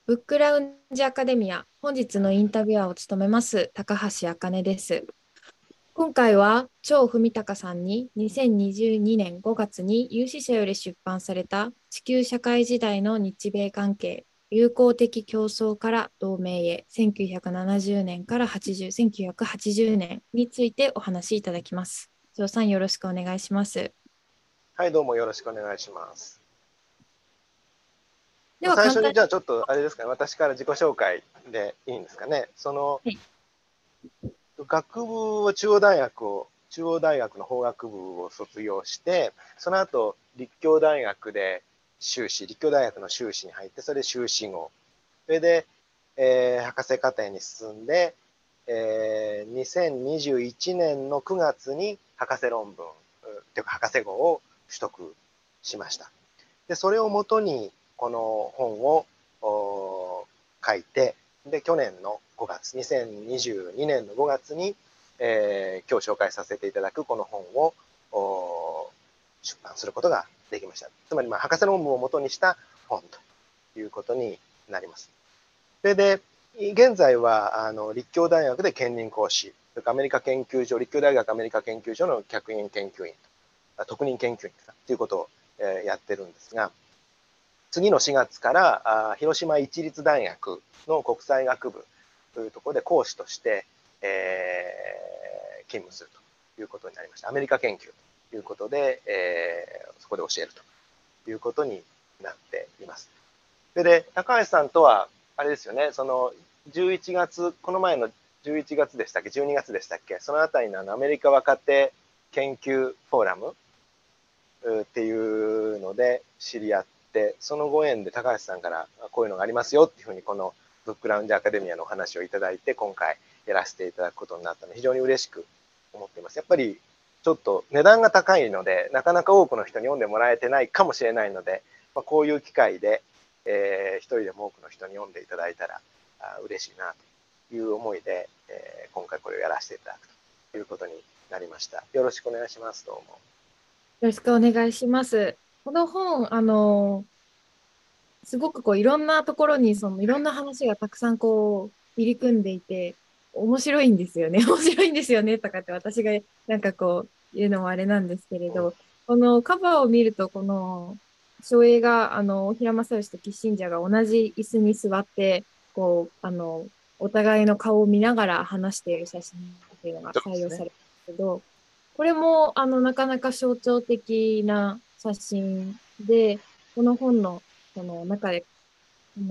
ブックラウンジアカデミア、本日のインタビュアーを務めます高橋茜です。今回は張文隆さんに2022年5月に有志社より出版された地球社会時代の日米関係、友好的競争から同盟へ1970年から80、1980年についてお話しいただきます。張さんよろしくお願いします。 はい、どうもよろしくお願いします。 では簡単に、 最初にじゃあちょっとあれですかね、私から自己紹介でいいんですかね。 はい、 学部を中央大学の法学部を卒業して、その後立教大学の修士に入って、それで修士号、それで、博士課程に進んで、2021年の9月に博士論文というか博士号を取得しました。でそれをもとにこの本を書いて、で去年の5月2022年の5月に、今日紹介させていただくこの本を出版することができました。つまり、博士論文をもとにした本ということになります。それで現在は立教大学で兼任講師、それからアメリカ研究所、立教大学アメリカ研究所の客員研究員、特任研究員ということをやってるんですが、次の4月から広島市立大学の国際学部というところで講師として、勤務するということになりました。アメリカ研究ということで、そこで教えるということになっています。それで高橋さんとはあれですよね、その11月、この前の11月でしたっけ、12月でしたっけ、そのあたりのアメリカ若手研究フォーラムっていうので知り合って、そのご縁で高橋さんからこういうのがありますよっていうふうに、このブックラウンジアカデミアのお話をいただいて、今回やらせていただくことになったので非常に嬉しく思っています。やっぱりちょっと値段が高いのでなかなか多くの人に読んでもらえてないかもしれないので、こういう機会で、一人でも多くの人に読んでいただいたら嬉しいなという思いで、今回これをやらせていただくということになりました。よろしくお願いします。どうも。 よろしくお願いします。この本、すごくこういろんなところにいろんな話がたくさんこう入り組んでいて面白いんですよね。面白いんですよねとかって私がなんかこう言うのもあれなんですけれうん、 ど、このカバーを見るとこの照英が大平正義とキッシンジャーが同じ椅子に座ってこうお互いの顔を見ながら話している写真っていうのがそうですね。 採用されてるけど、これもなかなか象徴的な写真で、この本のその中で、うん、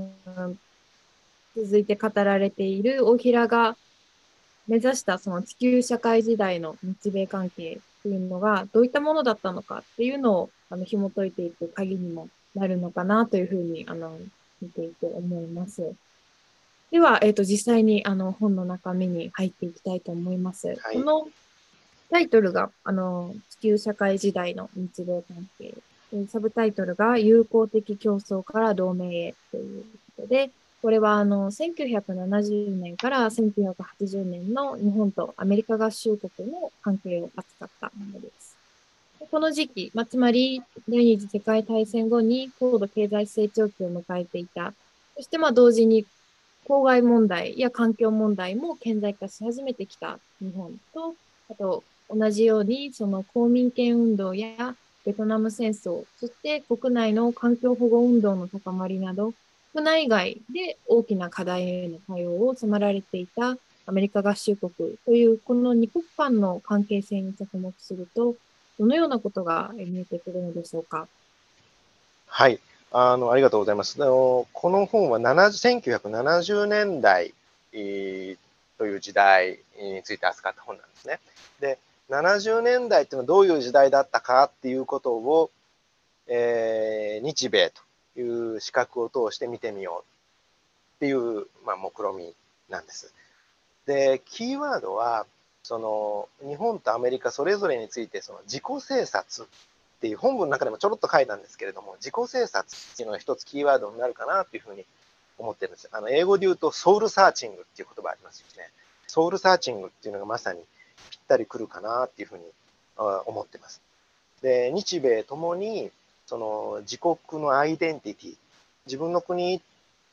続いて語られている大平が目指したその地球社会時代の日米関係っていうのがどういったものだったのかっていうのを紐解いていく鍵にもなるのかなというふうに見ていて思います。では、実際に本の中身に入っていきたいと思います。 はい。 このタイトルが、地球社会時代の日米関係。サブタイトルが、友好的競争から同盟へということで、これは、1970年から1980年の日本とアメリカ合衆国の関係を扱ったものです。この時期、つまり、第二次世界大戦後に高度経済成長期を迎えていた。そして、同時に、公害問題や環境問題も顕在化し始めてきた日本と、あと、同じように、その公民権運動やベトナム戦争、そして国内の環境保護運動の高まりなど、国内外で大きな課題への対応を迫られていたアメリカ合衆国という、この二国間の関係性に着目すると、どのようなことが見えてくるのでしょうか。 はい。ありがとうございます。この本は1970年代という時代について扱った本なんですね。で、70年代っていうのはどういう時代だったかっていうことを、日米という視覚を通して見てみようっていう、目論みなんです。で、キーワードは、その日本とアメリカそれぞれについてその自己政策っていう本文の中でもちょろっと書いたんですけれども、自己政策っていうのが一つキーワードになるかなというふうに思ってるんです。英語で言うとソウルサーチングっていう言葉ありますよね。ソウルサーチングっていうのがまさにぴったりくるかなっていうふうに思ってます。で、日米ともにその自国のアイデンティティ、自分の国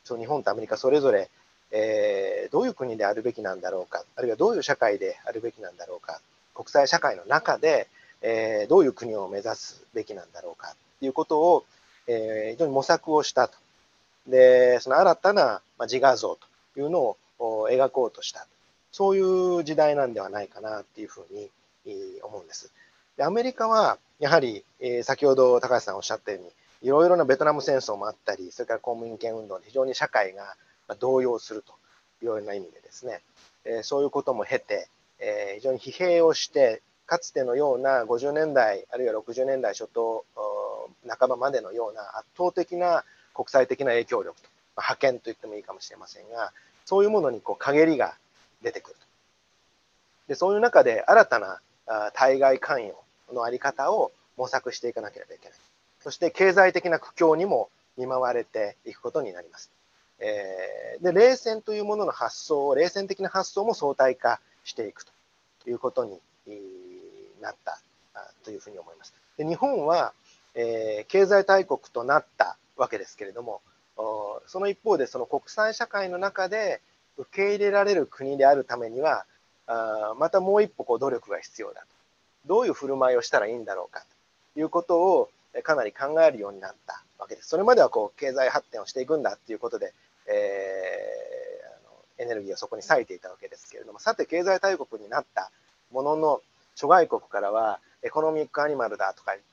日本とアメリカそれぞれ、どういう国であるべきなんだろうか、あるいはどういう社会であるべきなんだろうか、国際社会の中で、どういう国を目指すべきなんだろうかということを、非常に模索をしたと。で、その新たな自画像というのを描こうとした。そういう時代なんではないかなっていうふうに思うんです。で、アメリカはやはり、先ほど高橋さんおっしゃったように、いろいろなベトナム戦争もあったり、それから公民権運動で非常に社会が動揺するというような意味でですね、そういうことも経て、非常に疲弊をして、かつてのような50年代あるいは60年代初頭半ばまでのような圧倒的な国際的な影響力と、覇権と言ってもいいかもしれませんが、そういうものに陰りが出てくると。で、そういう中で新たな対外関与のあり方を模索していかなければいけない。そして経済的な苦境にも見舞われていくことになります。で、冷戦というものの発想を、冷戦的な発想も相対化していくということになったというふうに思います。で、日本は、経済大国となったわけですけれども、その一方でその国際社会の中で受け入れられる国であるためには、またもう一歩努力が必要だと。どういう振る舞いをしたらいいんだろうかということをかなり考えるようになったわけです。それまでは経済発展をしていくんだということで、エネルギーをそこに割いていたわけですけれども、さて経済大国になったものの、諸外国からはエコノミックアニマルだとか言って、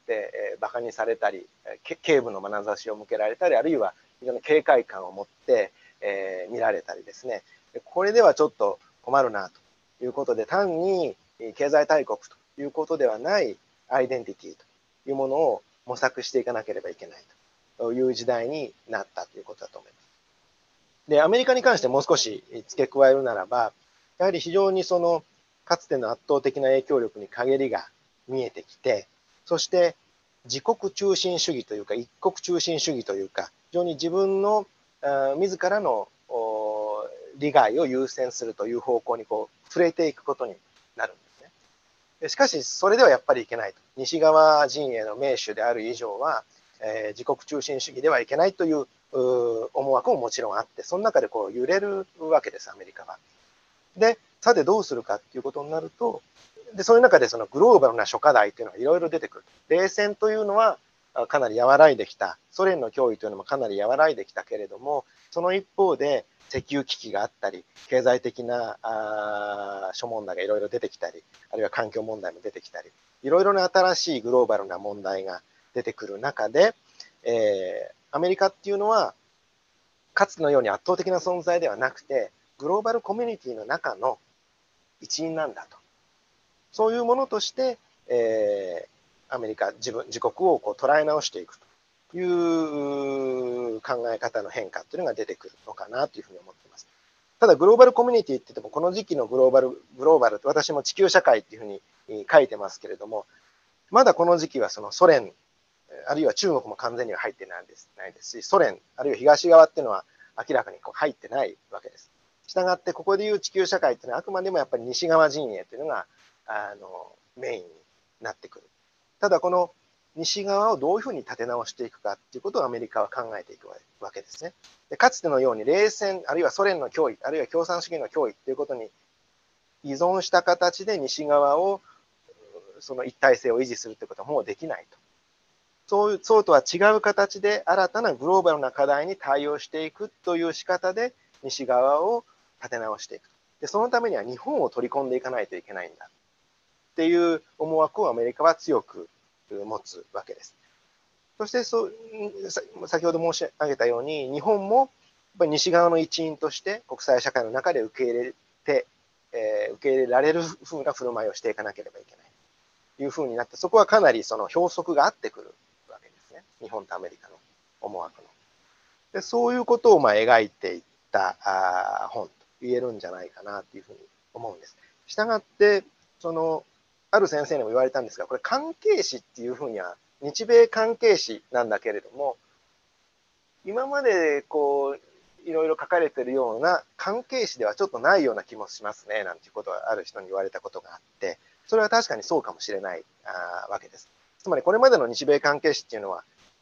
バカにされたり、警部の眼差しを向けられたり、あるいは非常に警戒感を持って、見られたりですね、これではちょっと困るなということで、単に経済大国ということではないアイデンティティというものを模索していかなければいけないという時代になったということだと思います。で、アメリカに関してもう少し付け加えるならば、やはり非常にかつての圧倒的な影響力に陰りが見えてきて、そして自国中心主義というか、一国中心主義というか、非常に自分の自らの利害を優先するという方向に触れていくことになるんですね。しかし、それではやっぱりいけないと。西側陣営の盟主である以上は、自国中心主義ではいけないという思惑ももちろんあって、その中で揺れるわけです、アメリカは。で、さてどうするかっていうことになると、で、そういう中でそのグローバルな諸課題というのがいろいろ出てくる。冷戦というのはかなり和らいできた。ソ連の脅威というのもかなり和らいできたけれども、その一方で石油危機があったり、経済的な諸問題がいろいろ出てきたり、あるいは環境問題も出てきたり、いろいろな新しいグローバルな問題が出てくる中で、アメリカっていうのは、かつてのように圧倒的な存在ではなくて、グローバルコミュニティの中の一員なんだと。そういうものとして、アメリカ、自国を捉え直していくという考え方の変化というのが出てくるのかなというふうに思っています。ただ、グローバルコミュニティって言っても、この時期のグローバルって私も地球社会っていうふうに書いてますけれども、まだこの時期はそのソ連、あるいは中国も完全には入ってないですし、ソ連、あるいは東側っていうのは明らかに入ってないわけです。したがって、ここでいう地球社会っていうのはあくまでもやっぱり西側陣営というのがメインになってくる。ただこの西側をどういうふうに立て直していくかっていうことをアメリカは考えていくわけですね。で、かつてのように冷戦、あるいはソ連の脅威、あるいは共産主義の脅威っていうことに依存した形で西側をその一体性を維持するということはもうできないと。そうとは違う形で新たなグローバルな課題に対応していくという仕方で西側を立て直していく。で、そのためには日本を取り込んでいかないといけないんだっていう思惑をアメリカは強く持つわけです。そして先ほど申し上げたように、日本もやっぱり西側の一員として国際社会の中で受け入れられるふうな振る舞いをしていかなければいけないというふうになって、そこはかなりその標則が合ってくるわけですね。日本とアメリカの思惑の。で、そういうことを描いていった本と言えるんじゃないかなというふうに思うんです。したがって、ある先生にも言われたんですが、これ関係史っていうふうには、日米関係史なんだけれども、今までいろいろ書かれているような関係史ではちょっとないような気もしますね、なんていうことがある人に言われたことがあって、それは確かにそうかもしれないわけです。つまりこれまでの日米関係史っていうのは、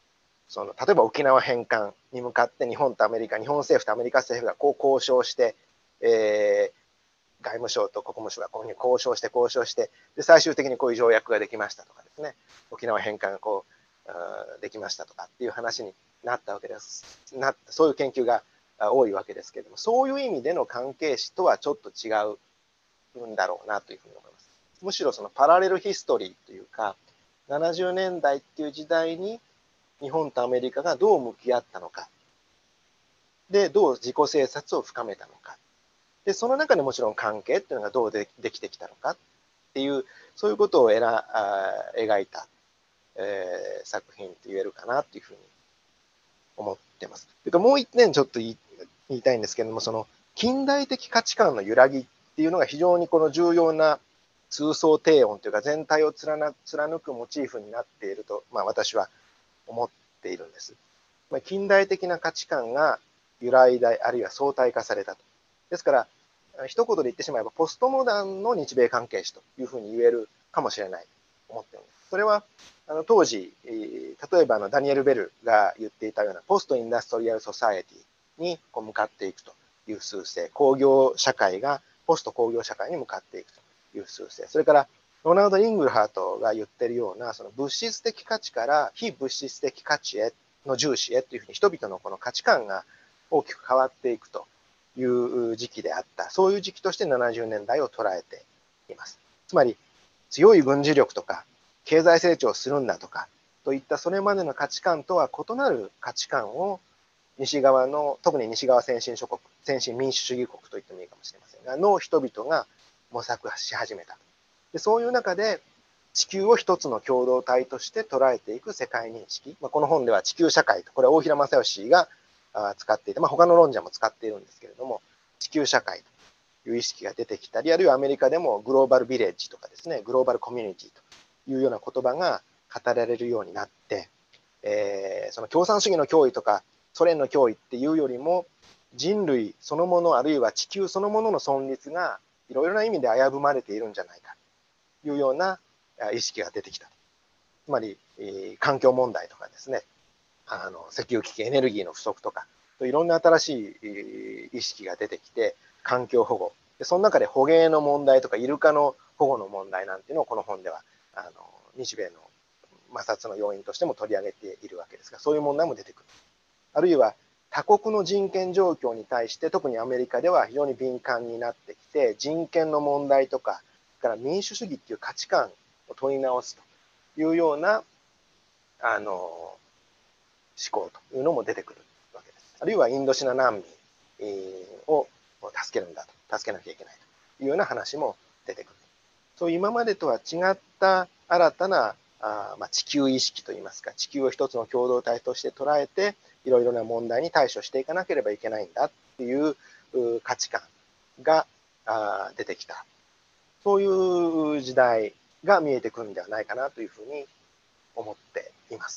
例えば沖縄返還に向かって日本政府とアメリカ政府がこう交渉して、外務省と国務省がこういうふうに交渉してで最終的にこういう条約ができましたとかですね、沖縄返還ができましたとかっていう話になったわけです。そういう研究が多いわけですけれども、そういう意味での関係史とはちょっと違うんだろうなというふうに思います。むしろそのパラレルヒストリーというか、70年代っていう時代に日本とアメリカがどう向き合ったのか、でどう自己政策を深めたのか、でその中でもちろん関係っていうのがどうできてきたのかっていう、そういうことを描いた、作品と言えるかなっていうふうに思ってます。もう一点ちょっと言いたいんですけれども、その近代的価値観の揺らぎっていうのが非常にこの重要な通奏低音というか全体を貫くモチーフになっていると、私は思っているんです。近代的な価値観が揺らいだ、あるいは相対化されたと。ですから一言で言ってしまえばポストモダンの日米関係史というふうに言えるかもしれないと思っています。それは当時、例えばダニエル・ベルが言っていたようなポストインダストリアル・ソサエティに向かっていくという趨勢、工業社会がポスト工業社会に向かっていくという趨勢、それからロナルド・イングルハートが言っているようなその物質的価値から非物質的価値への重視へというふうに人々のこの価値観が大きく変わっていくという時期であった、そういう時期として70年代を捉えています。つまり強い軍事力とか経済成長するんだとかといったそれまでの価値観とは異なる価値観を西側の、特に西側先進諸国、先進民主主義国と言ってもいいかもしれませんがの人々が模索し始めた。でそういう中で地球を一つの共同体として捉えていく世界認識、この本では地球社会と、これは大平正義が使っていて、他の論者も使っているんですけれども、地球社会という意識が出てきたり、あるいはアメリカでもグローバルビレッジとかですね、グローバルコミュニティというような言葉が語られるようになって、その共産主義の脅威とかソ連の脅威っていうよりも人類そのもの、あるいは地球そのものの存立がいろいろな意味で危ぶまれているんじゃないかというような意識が出てきた。つまり、環境問題とかですね、石油危機、エネルギーの不足とか、いろんな新しい意識が出てきて、環境保護、でその中で捕鯨の問題とか、イルカの保護の問題なんていうのをこの本では日米の摩擦の要因としても取り上げているわけですが、そういう問題も出てくる。あるいは他国の人権状況に対して、特にアメリカでは非常に敏感になってきて、人権の問題とか、から民主主義っていう価値観を問い直すというような思考というのも出てくるわけです。あるいはインドシナ難民を助けるんだと、助けなきゃいけないというような話も出てくる。そういう今までとは違った新たな地球意識といいますか、地球を一つの共同体として捉えて、いろいろな問題に対処していかなければいけないんだっていう価値観が出てきた。そういう時代が見えてくるんではないかなというふうに思っています。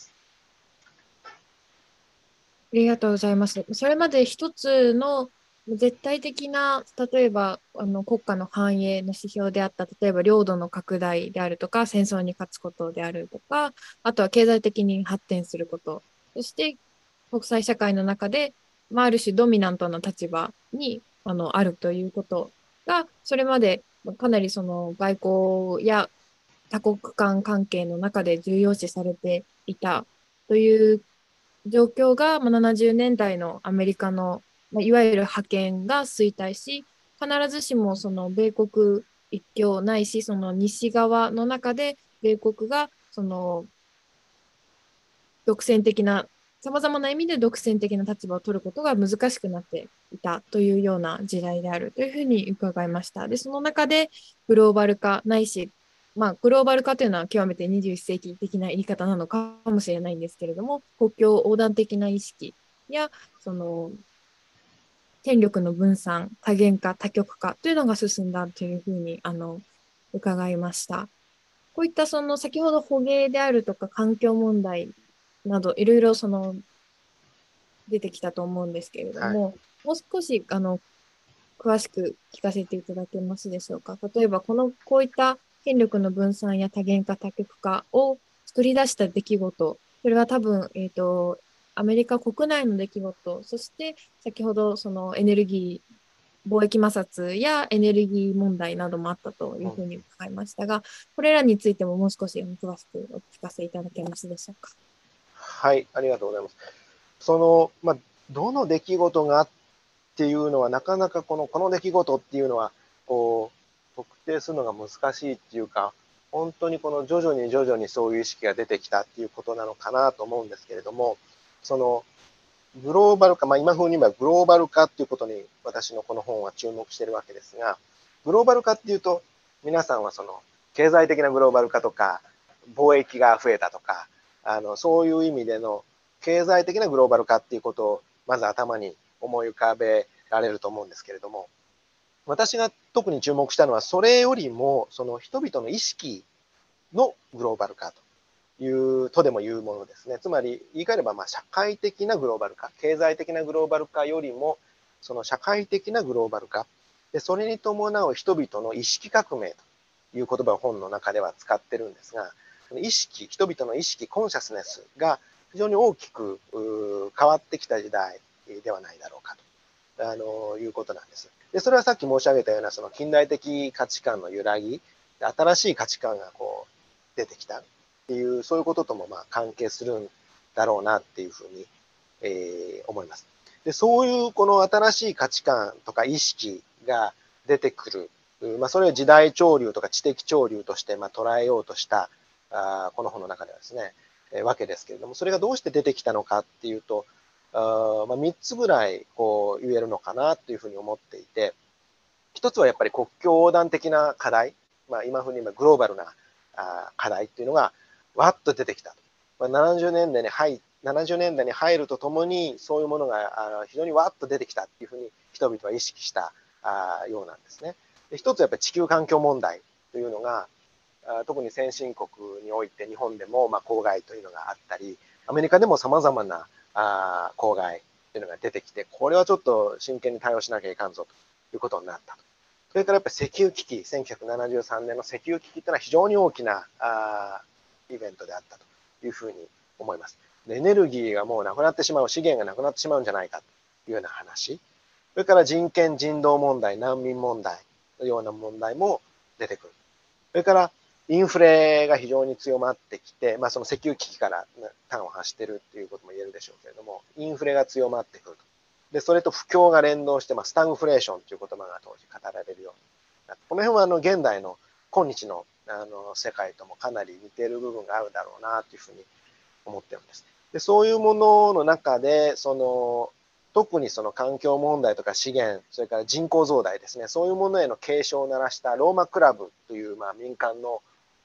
ありがとうございます。それまで一つの絶対的な、例えば国家の繁栄の指標であった、例えば領土の拡大であるとか、戦争に勝つことであるとか、あとは経済的に発展すること、そして国際社会の中で、ある種ドミナントな立場にあるということが、それまでかなりその外交や多国間関係の中で重要視されていたという状況が、70年代のアメリカの、いわゆる覇権が衰退し、必ずしもその米国一強ないし、その西側の中で米国がその独占的な、さまざまな意味で独占的な立場を取ることが難しくなっていたというような時代であるというふうに伺いました。で、その中でグローバル化ないし、グローバル化というのは極めて21世紀的な言い方なのかもしれないんですけれども、国境横断的な意識や、その、権力の分散、多元化、多極化というのが進んだというふうに、伺いました。こういったその先ほど捕鯨であるとか環境問題などいろいろその出てきたと思うんですけれどはい。 も、もう少し詳しく聞かせていただけますでしょうか。例えばこういった権力の分散や多元化多極化を作り出した出来事それは多分、アメリカ国内の出来事、そして先ほどそのエネルギー、貿易摩擦やエネルギー問題などもあったといううん、 ふうに伺いましたが、これらについてももう少し詳しくお聞かせいただけますでしょうか。 はい、ありがとうございます。その、どの出来事がっていうのは、なかなかこの出来事っていうのは、こ特定するのが難しいっていうか、本当にこの徐々に徐々にそういう意識が出てきたっていうことなのかなと思うんですけれども、そのグローバル化、今風に言えばグローバル化っていうことに私のこの本は注目しているわけですが、グローバル化っていうと、皆さんはその経済的なグローバル化とか、貿易が増えたとか、そういう意味での経済的なグローバル化っていうことをまず頭に思い浮かべられると思うんですけれども、私が特に注目したのはそれよりもその人々の意識のグローバル化というとでも言うものですね。つまり言い換えれば社会的なグローバル化、経済的なグローバル化よりもその社会的なグローバル化で、それに伴う人々の意識革命という言葉を本の中では使ってるんですが、意識、人々の意識、コンシャスネスが非常に大きく変わってきた時代ではないだろうかということなんです。で、それはさっき申し上げたようなその近代的価値観の揺らぎ、新しい価値観が出てきたっていう、そういうこととも関係するんだろうなっていうふうに、思います。で、そういうこの新しい価値観とか意識が出てくる、それを時代潮流とか知的潮流として捉えようとしたこの本の中ではですね、わけですけれども、それがどうして出てきたのかっていうと、3つぐらい言えるのかなというふうに思っていて、一つはやっぱり国境横断的な課題、今風にグローバルな課題っていうのがわっと出てきたと。70年代に入るとともにそういうものが非常にわっと出てきたっていうふうに人々は意識したようなんですね。で、一つはやっぱり地球環境問題というのが特に先進国において日本でも公害というのがあったり、アメリカでもさまざまな公害というのが出てきて、これはちょっと真剣に対応しなきゃいかんぞということになったと。それからやっぱり石油危機、1973年の石油危機というのは非常に大きなイベントであったというふうに思います。エネルギーがもうなくなってしまう、資源がなくなってしまうんじゃないかというような話。それから人権、人道問題、難民問題のような問題も出てくる。それからインフレが非常に強まってきて、その石油危機から端を発しているということも言えるでしょうけれども、インフレが強まってくると。で、それと不況が連動して、スタグフレーションという言葉が当時語られるようになって、この辺は現代の今日の世界ともかなり似ている部分があるだろうなというふうに思ってるんです。で、そういうものの中で、特にその環境問題とか資源、それから人口増大ですね、そういうものへの警鐘を鳴らしたローマクラブという民間の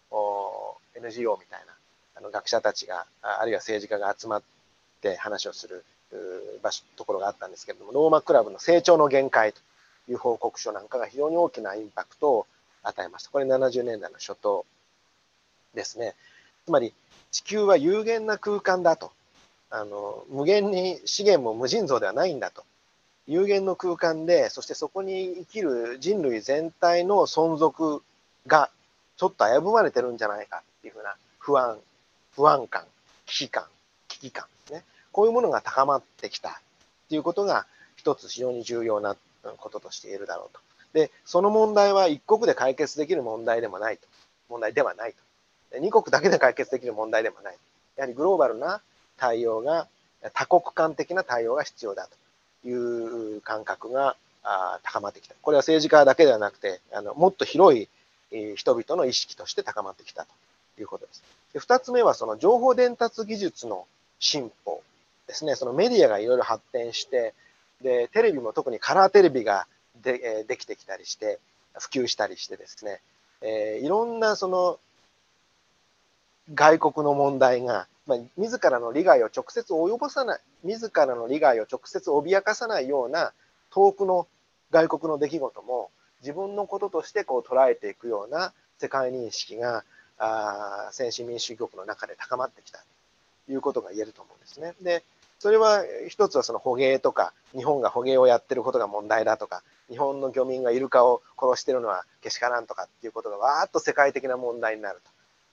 NGO みたいな学者たちが、あるいは政治家が集まって話をするところがあったんですけれども、ローマクラブの成長の限界という報告書なんかが非常に大きなインパクトを与えました。これ70年代の初頭ですね。つまり地球は有限な空間だと。無限に資源も無尽蔵ではないんだと。有限の空間で、そしてそこに生きる人類全体の存続がちょっと危ぶまれてるんじゃないかっていうふうな不安感、危機感ですね。こういうものが高まってきたっていうことが一つ非常に重要なこととして言えるだろうと。で、その問題は一国で解決できる問題ではないと。二国だけで解決できる問題でもない。やはりグローバルな対応が、多国間的な対応が必要だという感覚が高まってきた。これは政治家だけではなくて、もっと広い人々の意識として高まってきたということです。で、2つ目はその情報伝達技術の進歩ですね。そのメディアがいろいろ発展して、で、テレビも特にカラーテレビができてきたりして、普及したりしてですね、いろんなその外国の問題が、自らの利害を直接及ぼさない、自らの利害を直接脅かさないような遠くの外国の出来事も自分のこととして捉えていくような世界認識が先進民主主義国の中で高まってきたということが言えると思うんですね。で、それは一つはその捕鯨とか、日本が捕鯨をやってることが問題だとか、日本の漁民がイルカを殺してるのはけしからんとかっていうことがわーっと世界的な問題になると。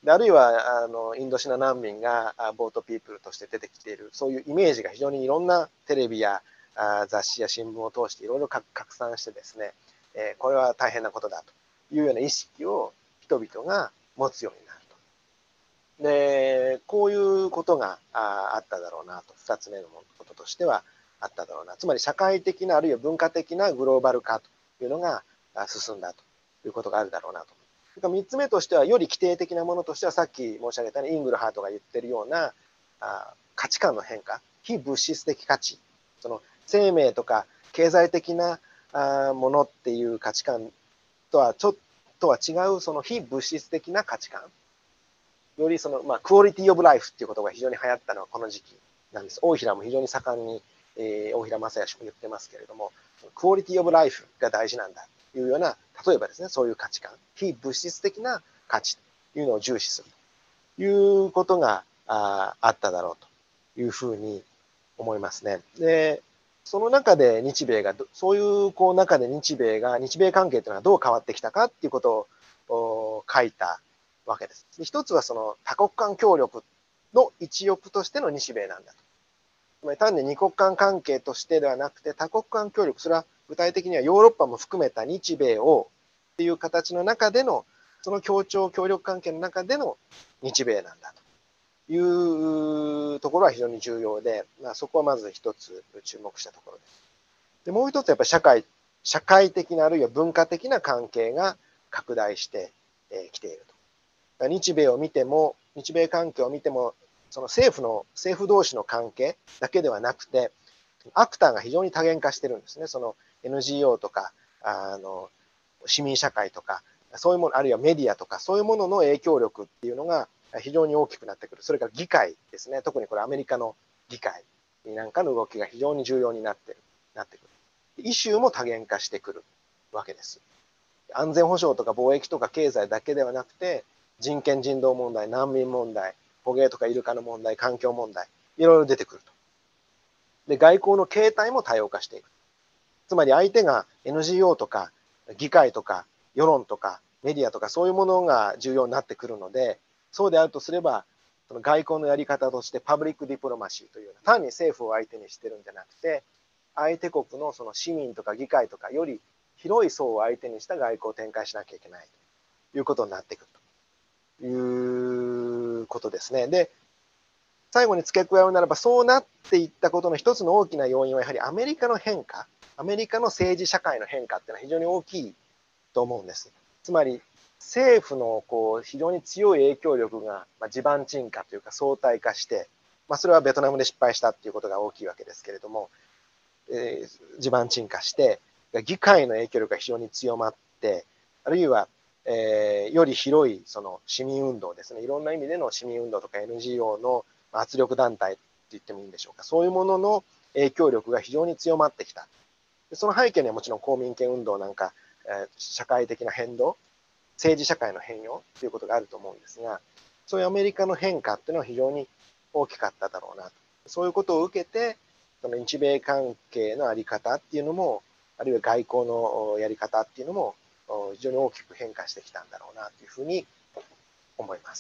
であるいはインドシナ難民がボートピープルとして出てきている、そういうイメージが非常にいろんなテレビや雑誌や新聞を通していろいろ拡散してですね、これは大変なことだというような意識を人々が持つようになると。で、こういうことがあっただろうなと、2つ目のこととしてはあっただろうな。つまり社会的なあるいは文化的なグローバル化というのが進んだということがあるだろうなと。3つ目としては、より規定的なものとしては、さっき申し上げたようにイングルハートが言ってるような価値観の変化、非物質的価値、その生命とか経済的なものっていう価値観とはちょっとは違う、その非物質的な価値観、よりその、クオリティオブライフっていうことが非常に流行ったのはこの時期なんです。大平も非常に盛んに、大平正義も言ってますけれども、クオリティオブライフが大事なんだというような、例えばですね、そういう価値観、非物質的な価値というのを重視するということがあっただろうというふうに思いますね。で、その中で日米が、そういう中で日米関係というのはどう変わってきたかっていうことを書いたわけです。で、一つはその多国間協力の一翼としての日米なんだと。つまり単に二国間関係としてではなくて多国間協力、それは具体的にはヨーロッパも含めた日米をっていう形の中での、その協調協力関係の中での日米なんだというところは非常に重要で、そこはまず一つ注目したところです。で、もう一つやっぱり社会的なあるいは文化的な関係が拡大してきていると。日米を見ても、日米関係を見ても、その政府同士の関係だけではなくて、アクターが非常に多元化してるんですね。その NGO とか、市民社会とか、そういうもの、あるいはメディアとか、そういうものの影響力っていうのが非常に大きくなってくる。それから議会ですね。特にこれアメリカの議会なんかの動きが非常に重要になってくる。イシューも多元化してくるわけです。安全保障とか貿易とか経済だけではなくて、人権人道問題、難民問題、捕鯨とかイルカの問題、環境問題、いろいろ出てくると。で、外交の形態も多様化していく。つまり相手が NGO とか議会とか世論とかメディアとかそういうものが重要になってくるので、そうであるとすれば、その外交のやり方としてパブリックディプロマシーというような、単に政府を相手にしてるんじゃなくて、相手国のその市民とか議会とかより広い層を相手にした外交を展開しなきゃいけないということになってくるということですね。で、最後に付け加えるならば、そうなっていったことの一つの大きな要因はやはりアメリカの変化、アメリカの政治社会の変化っていうのは非常に大きいと思うんです。つまり政府の非常に強い影響力が地盤沈下というか相対化して、それはベトナムで失敗したっていうことが大きいわけですけれども、地盤沈下して、議会の影響力が非常に強まって、あるいは、より広いその市民運動ですね、いろんな意味での市民運動とか NGO の圧力団体と言ってもいいんでしょうか、そういうものの影響力が非常に強まってきた。その背景にはもちろん公民権運動なんか、社会的な変動、政治社会の変容ということがあると思うんですが、そういうアメリカの変化っていうのは非常に大きかっただろうなと。そういうことを受けて、その日米関係のあり方っていうのも、あるいは外交のやり方っていうのも、非常に大きく変化してきたんだろうなというふうに思います。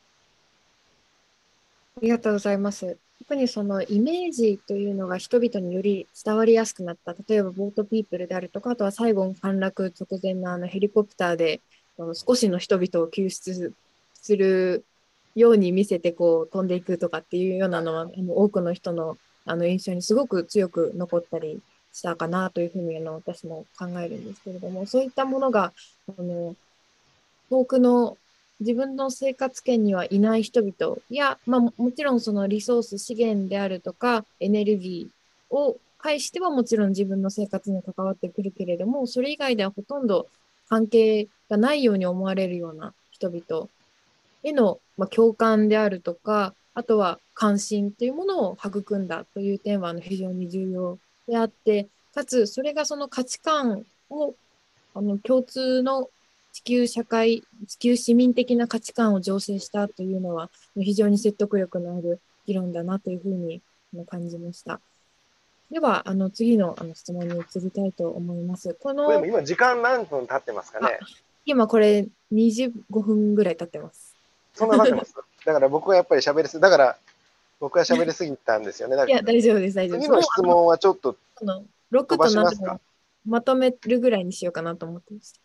ありがとうございます。特にそのイメージというのが人々により伝わりやすくなった。例えば、ボートピープルであるとか、あとはサイゴン陥落直前のヘリコプターで少しの人々を救出するように見せて飛んでいくとかっていうようなのは、多くの人の印象にすごく強く残ったりしたかなというふうに私も考えるんですけれども、そういったものが遠くの自分の生活圏にはいない人々や、もちろんそのリソース、資源であるとか、エネルギーを介してはもちろん自分の生活に関わってくるけれども、それ以外ではほとんど関係がないように思われるような人々への、共感であるとか、あとは関心というものを育んだという点は非常に重要であって、かつそれがその価値観を共通の地球市民的な価値観を醸成したというのは、非常に説得力のある議論だなというふうに感じました。では、次の質問に移りたいと思います。 これでも今時間何分経ってますかね。 今これ25分ぐらい経ってます。 そんなバカです。だから僕はやっぱり喋りすぎ、だから僕は喋りすぎたんですよね。だからいや、大丈夫です、大丈夫です。もう、 次の質問はちょっと飛 6とばしま 7をすか？ まとめるぐらいにしようかなと思ってました。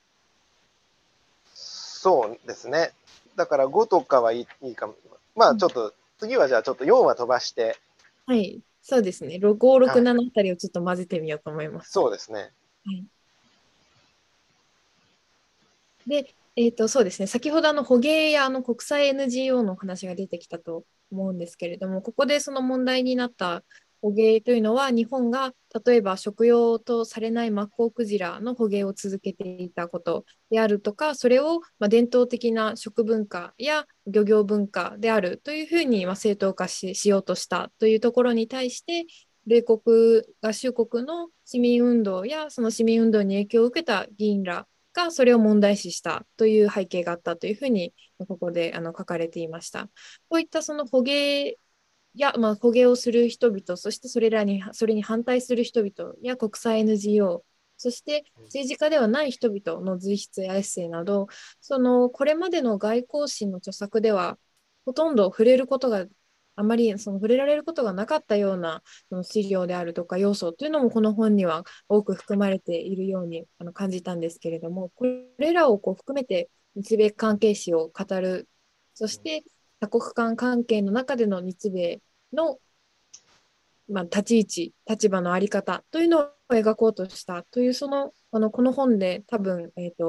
そうですね。だから5とかはいいかも。まうん、 あちょっと、次はじゃあちょっと4は飛ばして、 はい、そうですね。5、6、 はい。 7あたりをちょっと混ぜてみようと思います。 そうですね。 はい。で、そうですね。先ほど捕鯨や国際 NGO の話が出てきたと思うんですけれども、ここでその問題になった捕鯨というのは、日本が例えば食用とされないマッコウクジラの捕鯨を続けていたことであるとか、それを伝統的な食文化や漁業文化であるというふうに正当化しようとしたというところに対して、米国合衆国の市民運動やその市民運動に影響を受けた議員らがそれを問題視したという背景があったというふうにここで書かれていました。こういったその捕鯨や、捕鯨をする人々、そしてそれに反対する人々や国際 NGO、そして政治家ではない人々の随筆やエッセイなど、これまでの外交史の著作では、ほとんど触れることが、あまり触れられることがなかったようなその資料であるとか要素というのもこの本には多く含まれているように感じたんですけれども、これらを含めて日米関係史を語る、そして多国間関係の中での日米の、立ち位置、立場のあり方というのを描こうとしたという、この本で多分、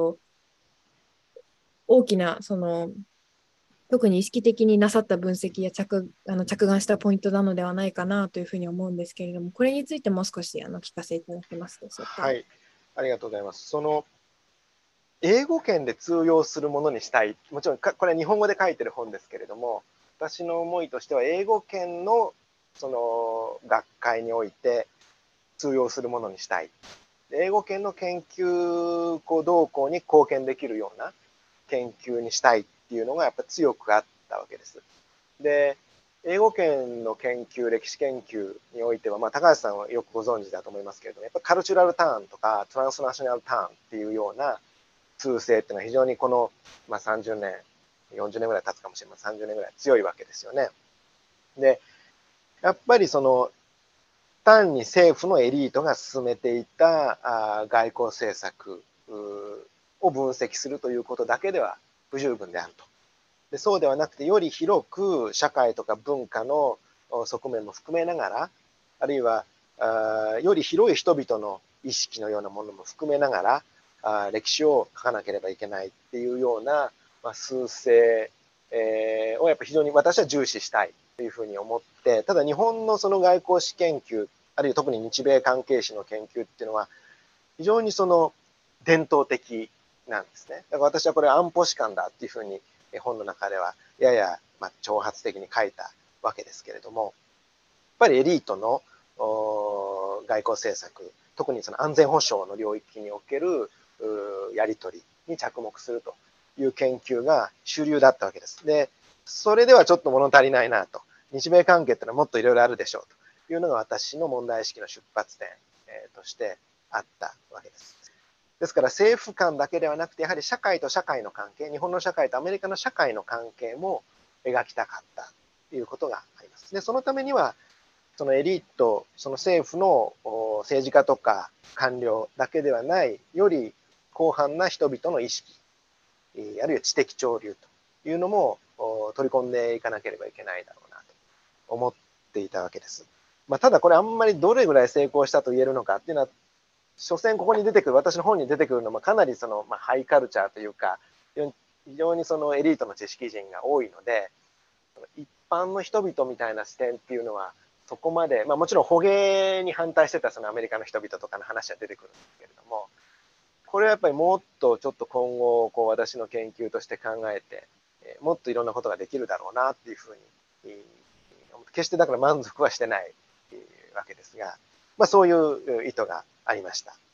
大きな、特に意識的になさった分析や着眼したポイントなのではないかなというふうに思うんですけれども、これについてもう少し聞かせていただけますでしょうか。 はい。ありがとうございます。英語圏で通用するものにしたい。もちろんこれは日本語で書いてる本ですけれども、私の思いとしては英語圏のその学会において通用するものにしたい。英語圏の研究動向に貢献できるような研究にしたいっていうのがやっぱ強くあったわけです。で、英語圏の研究、歴史研究においては、高橋さんはよくご存知だと思いますけれども、やっぱカルチュラルターンとかトランスナショナルターンっていうような通性っていうのは非常にこの、30年、40年ぐらい経つかもしれません。30年ぐらい強いわけですよね。で、やっぱり単に政府のエリートが進めていた外交政策を分析するということだけでは不十分であると。でそうではなくて、より広く社会とか文化の側面も含めながら、あるいはより広い人々の意識のようなものも含めながら歴史を書かなければいけないっていうような、数勢、をやっぱ非常に私は重視したいというふうに思って、ただ日本のその外交史研究、あるいは特に日米関係史の研究っていうのは非常に伝統的なんですね。だから私はこれ安保史観だっていうふうに本の中ではやや挑発的に書いたわけですけれども、やっぱりエリートの外交政策、特にその安全保障の領域におけるやり取りに着目するという研究が主流だったわけです。で、それではちょっと物足りないなと。日米関係ってのはもっといろいろあるでしょうというのが私の問題意識の出発点、としてあったわけです。ですから政府間だけではなくて、やはり社会と社会の関係、日本の社会とアメリカの社会の関係も描きたかったということがあります。で、そのためには、そのエリート、その政府の政治家とか官僚だけではない、より広範な人々の意識、あるいは知的潮流というのも取り込んでいかなければいけないだろうなと思っていたわけです。ただこれあんまりどれぐらい成功したと言えるのかっていうのは、所詮ここに出てくる、私の本に出てくるのもかなりハイカルチャーというか、非常にエリートの知識人が多いので、一般の人々みたいな視点っていうのは、そこまで、もちろん捕鯨に反対してたそのアメリカの人々とかの話は出てくるんですけれども、これはやっぱりもっとちょっと今後私の研究として考えて、もっといろんなことができるだろうなっていうふうに、決してだから満足はしてないわけですが、そういう意図がありました。あ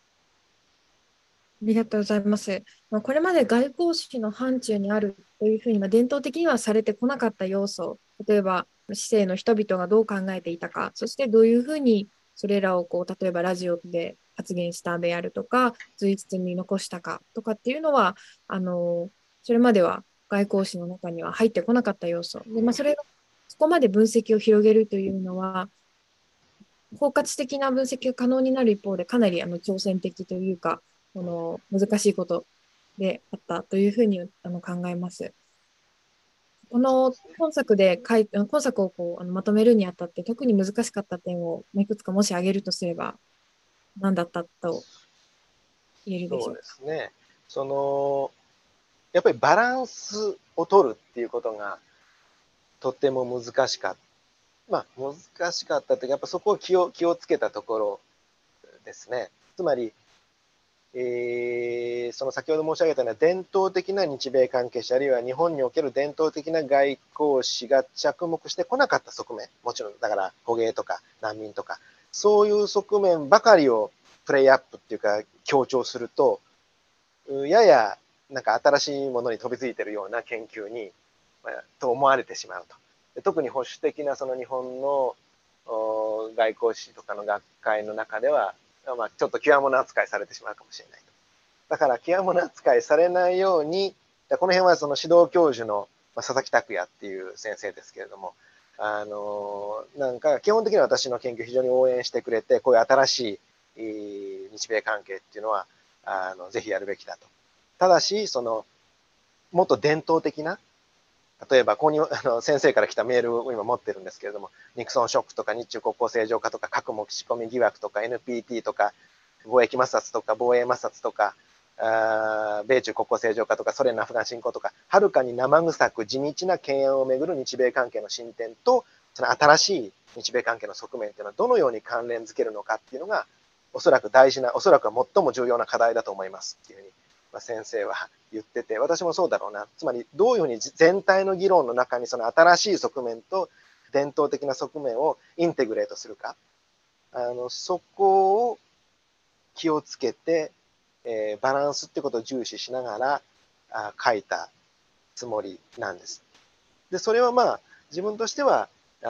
りがとうございます。これまで外交史の範疇にあるというふうに、伝統的にはされてこなかった要素、例えば市政の人々がどう考えていたか、そしてどういうふうにそれらを例えばラジオで発言したであるとか、随筆に残したかとかっていうのは、それまでは外交史の中には入ってこなかった要素。で、それが、そこまで分析を広げるというのは、包括的な分析が可能になる一方で、かなり挑戦的というか、難しいことであったというふうに考えます。この本作をまとめるにあたって、特に難しかった点をいくつかもし挙げるとすれば、何だったと言えるでしそうょうか。 ですね。その、やっぱりバランスを取るっていうことがとても難しかった。難しかったというか、やっぱそこを気をつけたところですね。つまり、その先ほど申し上げたような伝統的な日米関係者、あるいは日本における伝統的な外交史が着目してこなかった側面、もちろんだから捕鯨とか難民とか、そういう側面ばかりをプレイアップっていうか強調すると、ややなんか新しいものに飛びついてるような研究に、と思われてしまうと。特に保守的なその日本の外交史とかの学会の中では、ちょっと極物扱いされてしまうかもしれないと。だから極物扱いされないように、この辺はその指導教授の佐々木拓也っていう先生ですけれども、なんか基本的には私の研究を非常に応援してくれて、こういう新しい日米関係っていうのはぜひやるべきだと。ただし、そのもっと伝統的な、例えばここに先生から来たメールを今持ってるんですけれども、ニクソンショックとか日中国交正常化とか核持ち込み疑惑とか NPT とか貿易摩擦とか防衛摩擦とか米中国交正常化とかソ連のアフガン侵攻とか、はるかに生臭く地道な懸案をめぐる日米関係の進展と、その新しい日米関係の側面っていうのはどのように関連づけるのかっていうのが、おそらく大事な、おそらくは最も重要な課題だと思いますっていうふうに、先生は言ってて、私もそうだろうな。つまりどういうふうに全体の議論の中にその新しい側面と伝統的な側面をインテグレートするか、そこを気をつけて、バランスってことを重視しながら書いたつもりなんです。で、それは自分としては、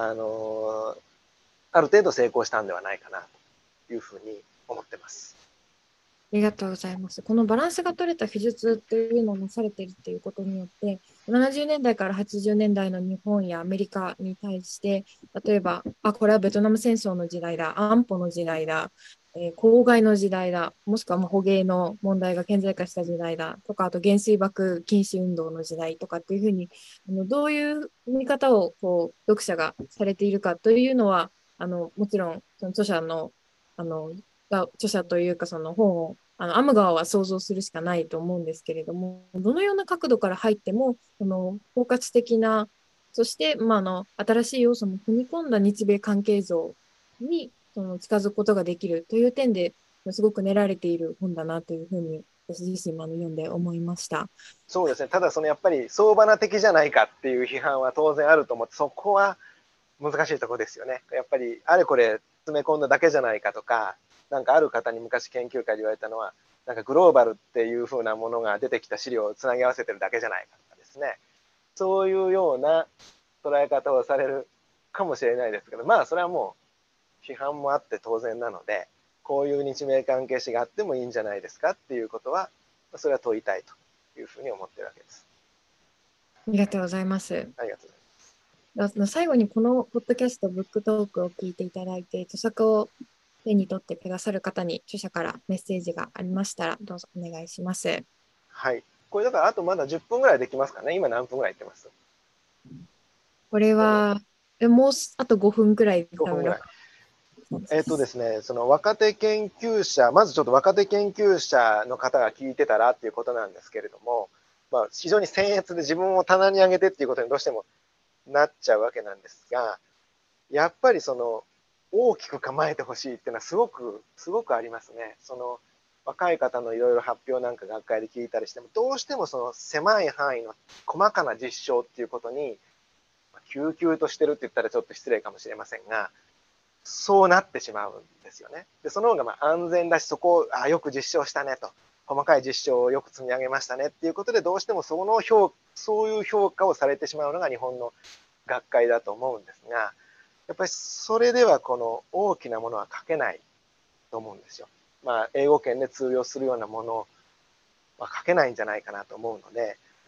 ある程度成功したんではないかなというふうに思ってます。 ありがとうございます。このバランスが取れた記述というのをなされているということによって、70年代から80年代の日本やアメリカに対して、例えば、これはベトナム戦争の時代だ、安保の時代だ、公害の時代だ、もしくは捕鯨の問題が顕在化した時代だとか、あと原水爆禁止運動の時代とかっていうふうに、どういう見方を読者がされているかというのは、もちろん、その著者の、あの、著者というかその本を編む側は想像するしかないと思うんですけれども、どのような角度から入っても、その包括的な、そして、新しい要素も組み込んだ日米関係像に近づくことができるという点ですごく練られている本だなというふうに、私自身も読んで思いました。 そうですね。ただそのやっぱり相場な的じゃないかっていう批判は当然あると思って、そこは難しいところですよね。やっぱりあれこれ詰め込んだだけじゃないかとか、なんかある方に昔研究会で言われたのは、なんかグローバルっていう風なものが出てきた資料をつなぎ合わせてるだけじゃないかとかですね。そういうような捉え方をされるかもしれないですけど、それはもう批判もあって当然なので、こういう日米関係史があってもいいんじゃないですかっていうことは、それは問いたいというふうに思ってるわけです。 ありがとうございます。 ありがとうございます。 最後にこのポッドキャスト、ブックトークを聞いていただいて、著作を手に取ってくださる方に著者からメッセージがありましたら、どうぞお願いします。 はい。これだからあとまだ10分ぐらいできますかね。今何分ぐらい言ってます？ これは、もうあと5分くらい 5 多分分ぐらい。 です。 ですね、その若手研究者、まずちょっと若手研究者の方が聞いてたらっていうことなんですけれども、非常に僭越で自分を棚に上げてっていうことにどうしてもなっちゃうわけなんですが、やっぱりその大きく構えてほしいっていうのはすごくありますね。その若い方のいろいろ発表なんか学会で聞いたりしても、どうしてもその狭い範囲の細かな実証っていうことに、救急としてるって言ったらちょっと失礼かもしれませんが、そうなってしまうんですよね。で、その方が安全だし、そこをよく実証したねと、細かい実証をよく積み上げましたねっていうことで、どうしてもそういう評価をされてしまうのが日本の学会だと思うんですが、やっぱりそれではこの大きなものは書けないと思うんですよ。英語圏で通用するようなものは書けないんじゃないかなと思うので、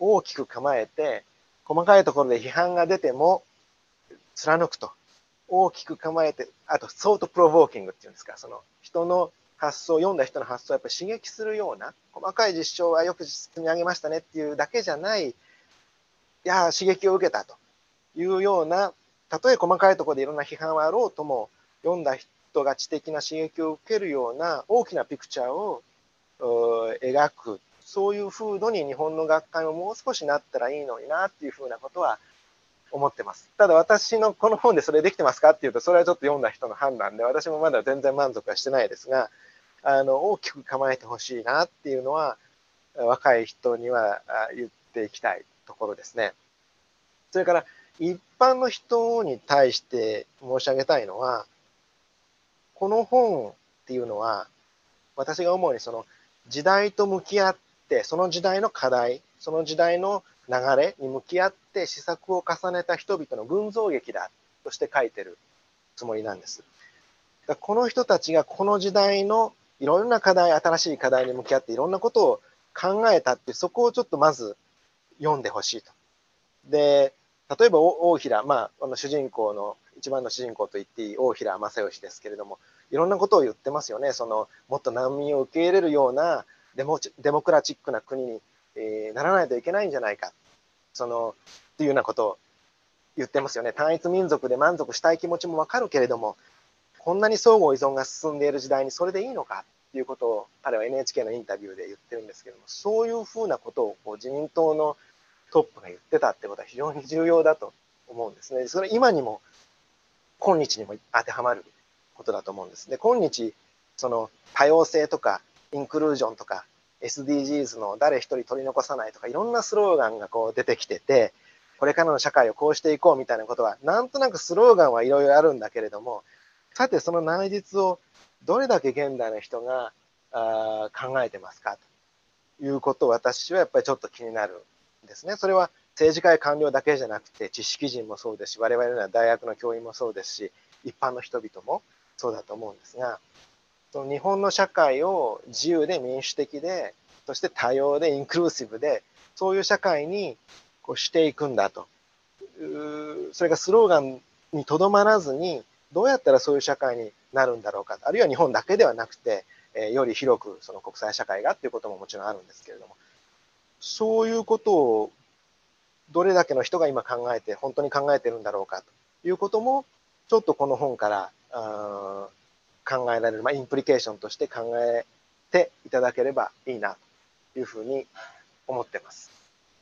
大きく構えて、細かいところで批判が出ても貫くと。大きく構えて、あと、ソートプロボーキングっていうんですか、その人の発想、読んだ人の発想をやっぱり刺激するような、細かい実証はよく積み上げましたねっていうだけじゃない、いや、刺激を受けたというような、たとえ細かいところでいろんな批判はあろうとも、読んだ人が知的な刺激を受けるような大きなピクチャーを描く、そういう風土に日本の学会ももう少しなったらいいのになっていうふうなことは思ってます。ただ私のこの本でそれできてますかっていうと、それはちょっと読んだ人の判断で、私もまだ全然満足はしてないですが、大きく構えてほしいなっていうのは、若い人には言っていきたいところですね。それから一般の人に対して申し上げたいのは、この本っていうのは、私が思うにその時代と向き合って、その時代の課題、その時代の流れに向き合って施策を重ねた人々の群像劇だとして書いてるつもりなんです。この人たちがこの時代のいろんな課題、新しい課題に向き合っていろんなことを考えたって、そこをちょっとまず読んでほしいと。で、例えば大平、主人公の一番の主人公と言っていい大平正義ですけれども、いろんなことを言ってますよね。そのもっと難民を受け入れるようなデモクラチックな国に、ならないといけないんじゃないか、っていうようなことを言ってますよね。単一民族で満足したい気持ちもわかるけれども、こんなに相互依存が進んでいる時代にそれでいいのかっていうことを彼は NHK のインタビューで言ってるんですけども、そういうふうなことを自民党のトップが言ってたってことは非常に重要だと思うんですね。それ今にも今日にも当てはまることだと思うんです。で、今日その多様性とかインクルージョンとか SDGs の誰一人取り残さないとかいろんなスローガンがこう出てきてて、これからの社会をこうしていこうみたいなことはなんとなくスローガンはいろいろあるんだけれども、さてその内実をどれだけ現代の人が考えてますかということを私はやっぱりちょっと気になるんですね。それは政治家や官僚だけじゃなくて知識人もそうですし、我々のような大学の教員もそうですし、一般の人々もそうだと思うんですが、その日本の社会を自由で民主的で、そして多様でインクルーシブで、そういう社会にこうしていくんだと。それがスローガンにとどまらずに、どうやったらそういう社会になるんだろうか、あるいは日本だけではなくて、より広くその国際社会がっていうことももちろんあるんですけれども、そういうことをどれだけの人が今考えて、本当に考えてるんだろうかということも、ちょっとこの本から考えられる、インプリケーションとして考えていただければいいなというふうに思ってます。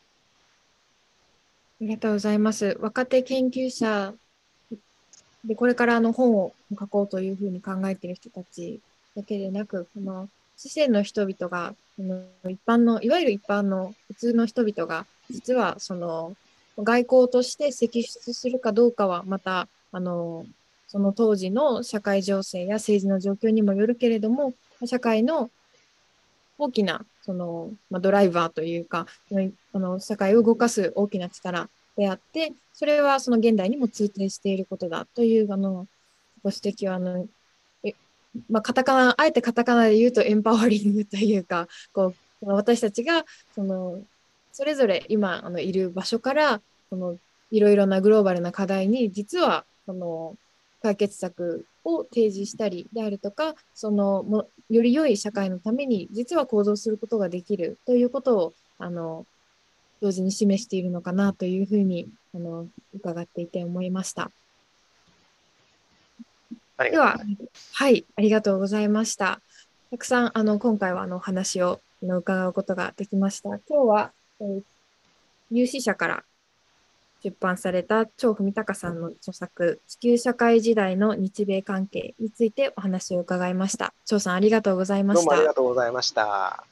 ありがとうございます。若手研究者で、これから本を書こうというふうに考えている人たちだけでなく、この四川の人々が、この一般の、いわゆる一般の普通の人々が、実は外交として摘出するかどうかは、また、その当時の社会情勢や政治の状況にもよるけれども、社会の大きな、ドライバーというか、社会を動かす大きな力であって、それはその現代にも通底していることだという、ご指摘は、えカタカナ、あえてカタカナで言うとエンパワリングというか、私たちが、それぞれ今、いる場所から、いろいろなグローバルな課題に、実は、解決策を提示したりであるとか、より良い社会のために実は行動することができるということを、同時に示しているのかなというふうに、伺っていて思いました。では、はい、ありがとうございました。たくさん、今回はお話を伺うことができました。今日は、有志社から出版された張文隆さんの著作、地球社会時代の日米関係についてお話を伺いました。張さん、ありがとうございまどうもありした。 がとうございました。